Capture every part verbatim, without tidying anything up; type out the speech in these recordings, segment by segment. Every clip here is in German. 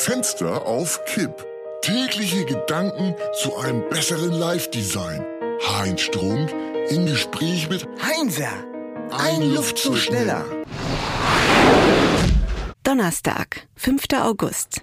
Fenster auf Kipp. Tägliche Gedanken zu einem besseren Live-Design. Heinz Strunk im Gespräch mit Heinzer, ein, ein Luftzug schneller. Donnerstag, fünfter August.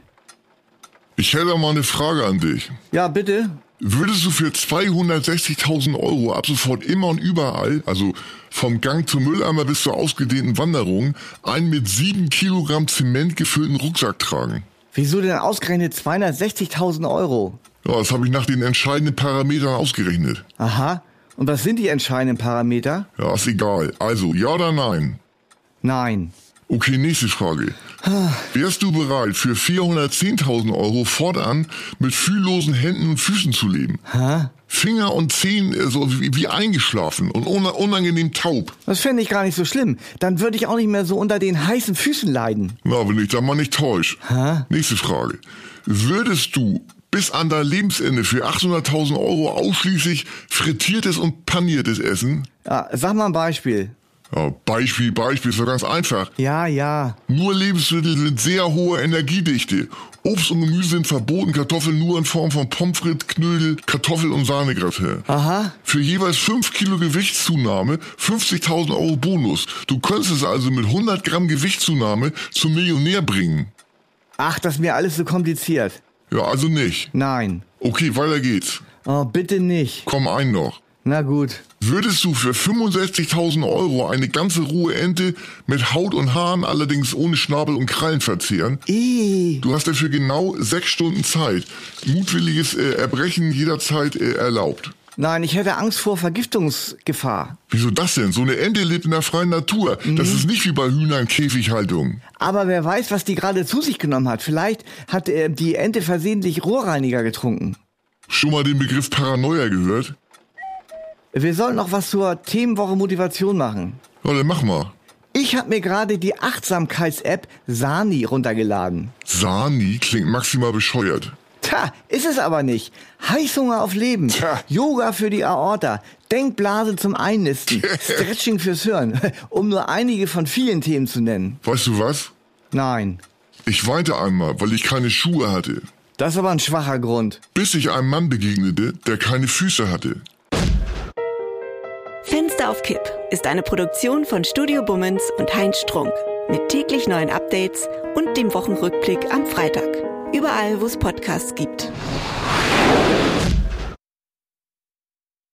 Ich hätte mal eine Frage an dich. Ja, bitte? Würdest du für zweihundertsechzigtausend Euro ab sofort immer und überall, also vom Gang zum Mülleimer bis zur ausgedehnten Wanderung, einen mit sieben Kilogramm Zement gefüllten Rucksack tragen? Wieso denn ausgerechnet zweihundertsechzigtausend Euro? Ja, das habe ich nach den entscheidenden Parametern ausgerechnet. Aha. Und was sind die entscheidenden Parameter? Ja, ist egal. Also, ja oder nein? Nein. Okay, nächste Frage. Wärst du bereit, für vierhundertzehntausend Euro fortan mit fühllosen Händen und Füßen zu leben? Hä? Finger und Zehen so wie, wie eingeschlafen und unangenehm taub. Das fände ich gar nicht so schlimm. Dann würde ich auch nicht mehr so unter den heißen Füßen leiden. Na, wenn ich da mal nicht täusch. Hä? Nächste Frage. Würdest du bis an dein Lebensende für achthunderttausend Euro ausschließlich frittiertes und paniertes essen? Ja, sag mal ein Beispiel. Ja, Beispiel, Beispiel ist doch ganz einfach. Ja, ja. Nur Lebensmittel mit sehr hoher Energiedichte. Obst und Gemüse sind verboten, Kartoffeln nur in Form von Pommes frites, Knödel, Kartoffel- und Sahnegratin. Aha. Für jeweils fünf Kilo Gewichtszunahme fünfzigtausend Euro Bonus. Du könntest es also mit hundert Gramm Gewichtszunahme zum Millionär bringen. Ach, das ist mir alles so kompliziert. Ja, also nicht. Nein. Okay, weiter geht's. Oh, bitte nicht. Komm, ein noch. Na gut. Würdest du für fünfundsechzigtausend Euro eine ganze rohe Ente mit Haut und Haaren, allerdings ohne Schnabel und Krallen verzehren? Ih. Du hast dafür genau sechs Stunden Zeit. Mutwilliges äh, Erbrechen jederzeit äh, erlaubt. Nein, ich hätte Angst vor Vergiftungsgefahr. Wieso das denn? So eine Ente lebt in der freien Natur. Mhm. Das ist nicht wie bei Hühnern Käfighaltung. Aber wer weiß, was die gerade zu sich genommen hat. Vielleicht hat äh, die Ente versehentlich Rohrreiniger getrunken. Schon mal den Begriff Paranoia gehört? Wir sollten noch was zur Themenwoche Motivation machen. Ja, dann mach mal. Ich habe mir gerade die Achtsamkeits-App Sani runtergeladen. Sani klingt maximal bescheuert. Tja, ist es aber nicht. Heißhunger auf Leben, Tja. Yoga für die Aorta, Denkblase zum Einnisten, Stretching fürs Hirn, um nur einige von vielen Themen zu nennen. Weißt du was? Nein. Ich weinte einmal, weil ich keine Schuhe hatte. Das ist aber ein schwacher Grund. Bis ich einem Mann begegnete, der keine Füße hatte. Fenster auf Kipp ist eine Produktion von Studio Bummens und Heinz Strunk. Mit täglich neuen Updates und dem Wochenrückblick am Freitag. Überall, wo es Podcasts gibt.